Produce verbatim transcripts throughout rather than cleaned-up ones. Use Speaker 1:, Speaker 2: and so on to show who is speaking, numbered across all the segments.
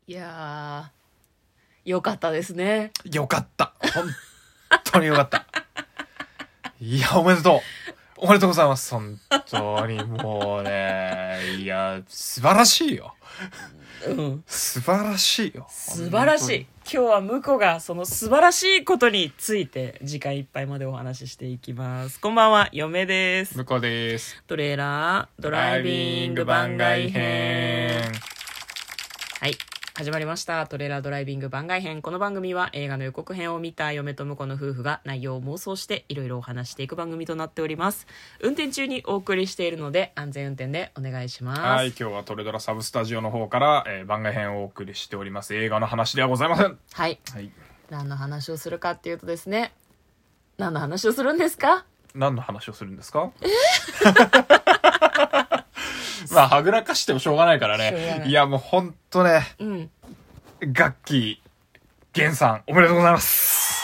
Speaker 1: いやーよかったですね。
Speaker 2: よかった。本当によかった。いや、おめでとう。おめでとうございます。本当にもうね、いや、素晴らしいよ。
Speaker 1: うん。
Speaker 2: 素晴らしいよ。
Speaker 1: 素晴らしい。今日は向こうがその素晴らしいことについて次回いっぱいまでお話ししていきます。こんばんは、嫁です。
Speaker 2: 向こうです。
Speaker 1: トレーラードライビング番外編。はい。始まりました。トレーラードライビング番外編。この番組は映画の予告編を見た嫁と婿の夫婦が内容を妄想していろいろお話していく番組となっております。運転中にお送りしているので安全運転でお願いします。
Speaker 2: はい、今日はトレドラサブスタジオの方から、えー、番外編をお送りしております。映画の話ではございません。
Speaker 1: はい、
Speaker 2: はい、
Speaker 1: 何の話をするかっていうとですね、何の話をするんですか？
Speaker 2: 何の話をするんですか？えまあはぐらかしてもしょうがないからね。い, いやもうほんとね、
Speaker 1: うん、
Speaker 2: ガッキーゲンさんおめでとうございます。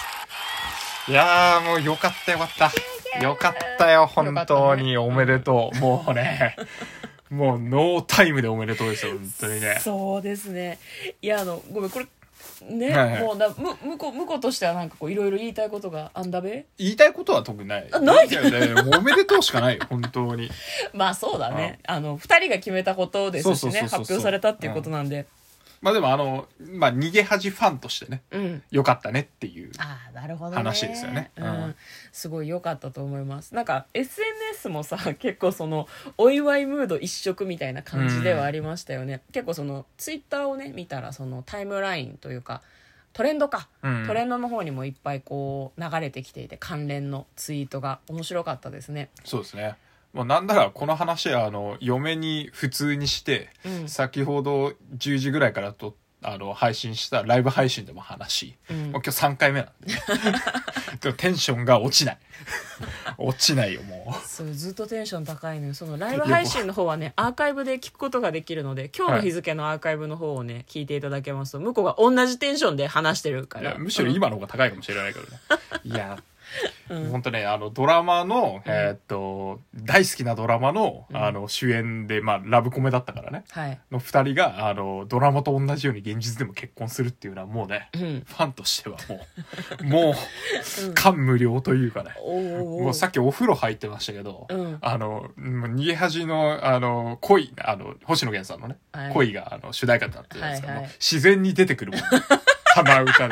Speaker 2: いやーもうよかったよかったよかったよ本当に、ね、おめでとう。もうねもうノータイムでおめでとうですよ本当にね。
Speaker 1: そうですね。いやあのごめんこれね、
Speaker 2: はいはい、
Speaker 1: もうだむ向こう向こうとしてはなんかこういろいろ言いたいことがあんだべ。
Speaker 2: 言いたいことは特にない。
Speaker 1: あないよ
Speaker 2: ね。もうおめでとうしかないよ本当に。
Speaker 1: まあそうだね。あの二人が決めたことですしね、発表されたっていうことなんで。うん、
Speaker 2: まあでもあのまあ逃げ恥ファンとしてね、うん、よかったねっていう話ですよね。
Speaker 1: うん、すごい良かったと思います。なんか エスエヌエス もさ結構そのお祝いムード一色みたいな感じではありましたよね。うん、結構そのツイッターをね見たらそのタイムラインというかトレンドか、うん、トレンドの方にもいっぱいこう流れてきていて関連のツイートが面白かったですね。
Speaker 2: そうですね。もうなんならこの話はあの嫁に普通にして、うん、先ほどじゅうじぐらいからとあの配信したライブ配信でも話し、うん、もう今日さんかいめなんででもテンションが落ちない落ちないよもう。
Speaker 1: そうずっとテンション高いのよ。そのライブ配信の方はねアーカイブで聞くことができるので今日の日付のアーカイブの方をね、はい、聞いていただけますと向こうが同じテンションで話してるから。
Speaker 2: いやむしろ今の方が高いかもしれないけどねいやうん、本当ねあのドラマの、うん、えー、っと大好きなドラマの、うん、あの主演で、まあ、ラブコメだったからね、はい、のふたりがあのドラマと同じように現実でも結婚するっていうのはもうね、うん、ファンとしてはもうもう感無量というかね、うん、もうさっきお風呂入ってましたけど、うん、あの逃げ恥のあの恋あの星野源さんのね、はい、恋があの主題歌になってるんですけど、はいはい、自然に出てくるもん鼻歌で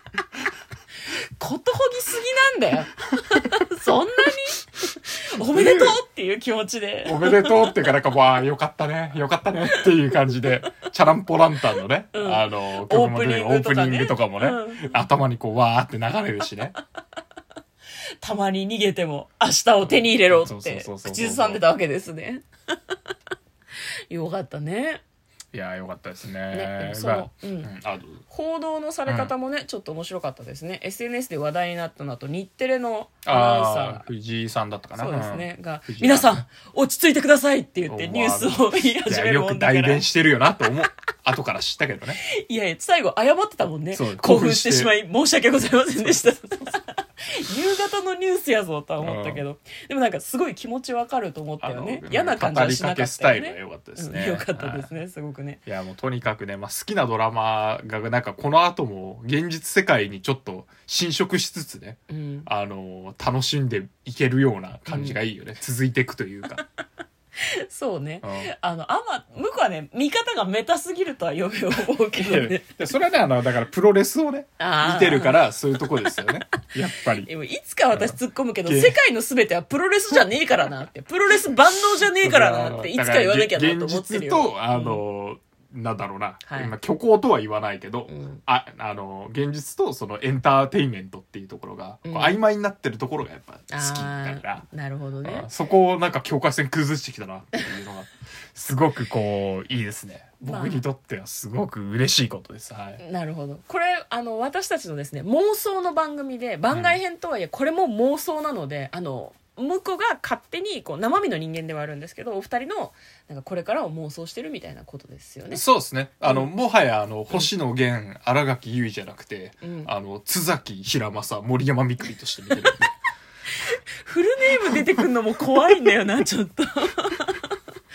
Speaker 1: ことほぎすぎなんだよそんなにおめでとうっていう気持ちで
Speaker 2: おめでとうってからかわあよかったねよかったねっていう感じでチャランポランタンのね、うん、あの
Speaker 1: オープニングとかね、
Speaker 2: オープニングとかもね、うん、頭にこうわーって流れるしね
Speaker 1: たまに逃げても明日を手に入れろって口ずさんでたわけですねよかったね。
Speaker 2: いやよかったですね。
Speaker 1: ねでもその、まあうんうん、あ報道のされ方もね、うん、ちょっと面白かったですね。 エスエヌエス で話題になったのだと日テレのアナウンサー
Speaker 2: 藤井さんだったかな。
Speaker 1: そうですね、うん、が皆さん落ち着いてくださいって言ってニュースを言い始めるもんだから。
Speaker 2: よく代弁してるよなと思う後から知ったけどね
Speaker 1: いやいや最後謝ってたもんね。興奮してしまい申し訳ございませんでした夕方のニュースやぞとは思ったけど、うん、でもなんかすごい気持ちわかると思ったよね。嫌な感じはしなかったよね。語りかけスタイルが良かったですね、うん、良かったですねすごくね。
Speaker 2: いやもうとにかくね、まあ、好きなドラマがなんかこの後も現実世界にちょっと侵食しつつね、うん、あの楽しんでいけるような感じがいいよね、うん、続いていくというか
Speaker 1: そうね、うん、あのあんま向こうはね見方がメタすぎるとはよく思うけどね
Speaker 2: それはねあのだからプロレスをね見てるからそういうとこですよねやっぱり。
Speaker 1: でもいつか私突っ込むけど、うん、世界の全てはプロレスじゃねえからなってプロレス万能じゃねえからなっていつか言わなきゃなと思ってるよ。
Speaker 2: 現実とあの、うん、なんだろうな、はい、虚構とは言わないけど、うん、ああの現実とそのエンターテインメントっていうところが、うん、曖昧になってるところがやっぱ好きだから。
Speaker 1: なるほどね。
Speaker 2: そこをなんか境界線崩してきたなっていうのがすごくこういいですね。僕にとってはすごく嬉しいことです、はい、
Speaker 1: なるほど。これあの私たちのですね妄想の番組で番外編とはいえこれも妄想なので、うん、あの向こうが勝手にこう生身の人間ではあるんですけどお二人のなんかこれからを妄想してるみたいなことですよね。
Speaker 2: そうですね。あの、うん、もはやあの星野源、新垣結衣じゃなくて、うん、あの津崎平正森山みくりとして見てるんで
Speaker 1: フルネーム出てくるのも怖いんだよなちょっと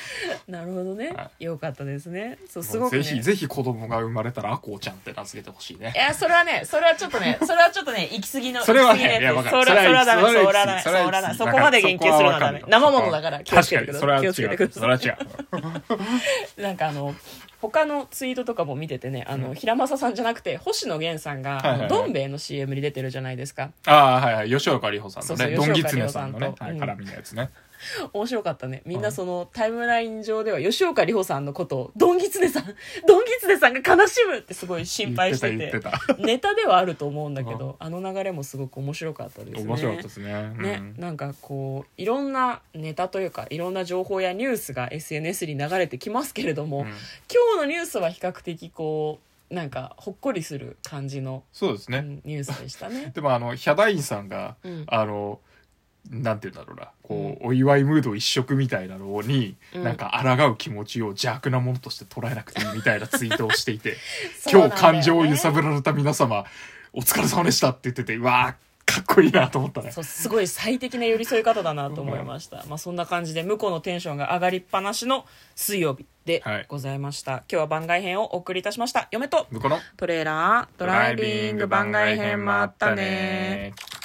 Speaker 1: なるほどね、
Speaker 2: は
Speaker 1: よかったですね。そうすごく、ね、
Speaker 2: ぜひぜひ子供が生まれたらアコウちゃんって名付けてほしいね。
Speaker 1: いやそれはねそれはちょっとねそれはちょっとね行き過ぎの
Speaker 2: それはね
Speaker 1: 行き過ぎのやつ
Speaker 2: いやわかる
Speaker 1: それはそれはダメそれはダメ
Speaker 2: それは
Speaker 1: それはダメそこ
Speaker 2: なんか
Speaker 1: まで言及するのはダメ。生ものだから気をつけてください。
Speaker 2: 確かに
Speaker 1: 気をつけてくだ
Speaker 2: それは
Speaker 1: さい。
Speaker 2: 違うそれは違う
Speaker 1: なんかあの他のツイートとかも見ててねあの、うん、平正さんじゃなくて星野源さんが、はいはいはい、どん兵衛の シーエム に出てるじゃないですか。
Speaker 2: ああはいはい吉岡里帆さんのね
Speaker 1: そうそう
Speaker 2: ドンギツネさんのね、はい、
Speaker 1: うん、
Speaker 2: 絡みのやつね。
Speaker 1: 面白かったね。みんなその、うん、タイムライン上では吉岡里帆さんのことをドンギツネさんドンギツネさんが悲しむってすごい心配してて
Speaker 2: 言ってた言ってた
Speaker 1: ネタではあると思うんだけど、うん、あの流れもすごく面白かったですね。
Speaker 2: 面白かったですね、うん、
Speaker 1: ね、なんかこういろんなネタというかいろんな情報やニュースが エスエヌエス に流れてきますけれども、うん、今日のニュースは比較的こうなんかほっこりする感じの
Speaker 2: そうですね、
Speaker 1: うん、ニュースでしたね。
Speaker 2: でもあのヒャダインさんが、うん、あのなんて言うんだろうなこう、うん、お祝いムード一色みたいなのに、うん、なんか抗う気持ちを邪悪なものとして捉えなくていいみたいなツイートをしていて、ね、今日感情を揺さぶられた皆様お疲れ様でしたって言っててうわーかっこいいなと思ったね。
Speaker 1: そうすごい最適な寄り添い方だなと思いました、うん、まあ、そんな感じで向こうのテンションが上がりっぱなしの水曜日でございました、はい、今日は番外編をお送りいたしました。嫁と
Speaker 2: 向こうの
Speaker 1: トレーラードライビング番外編もあったね。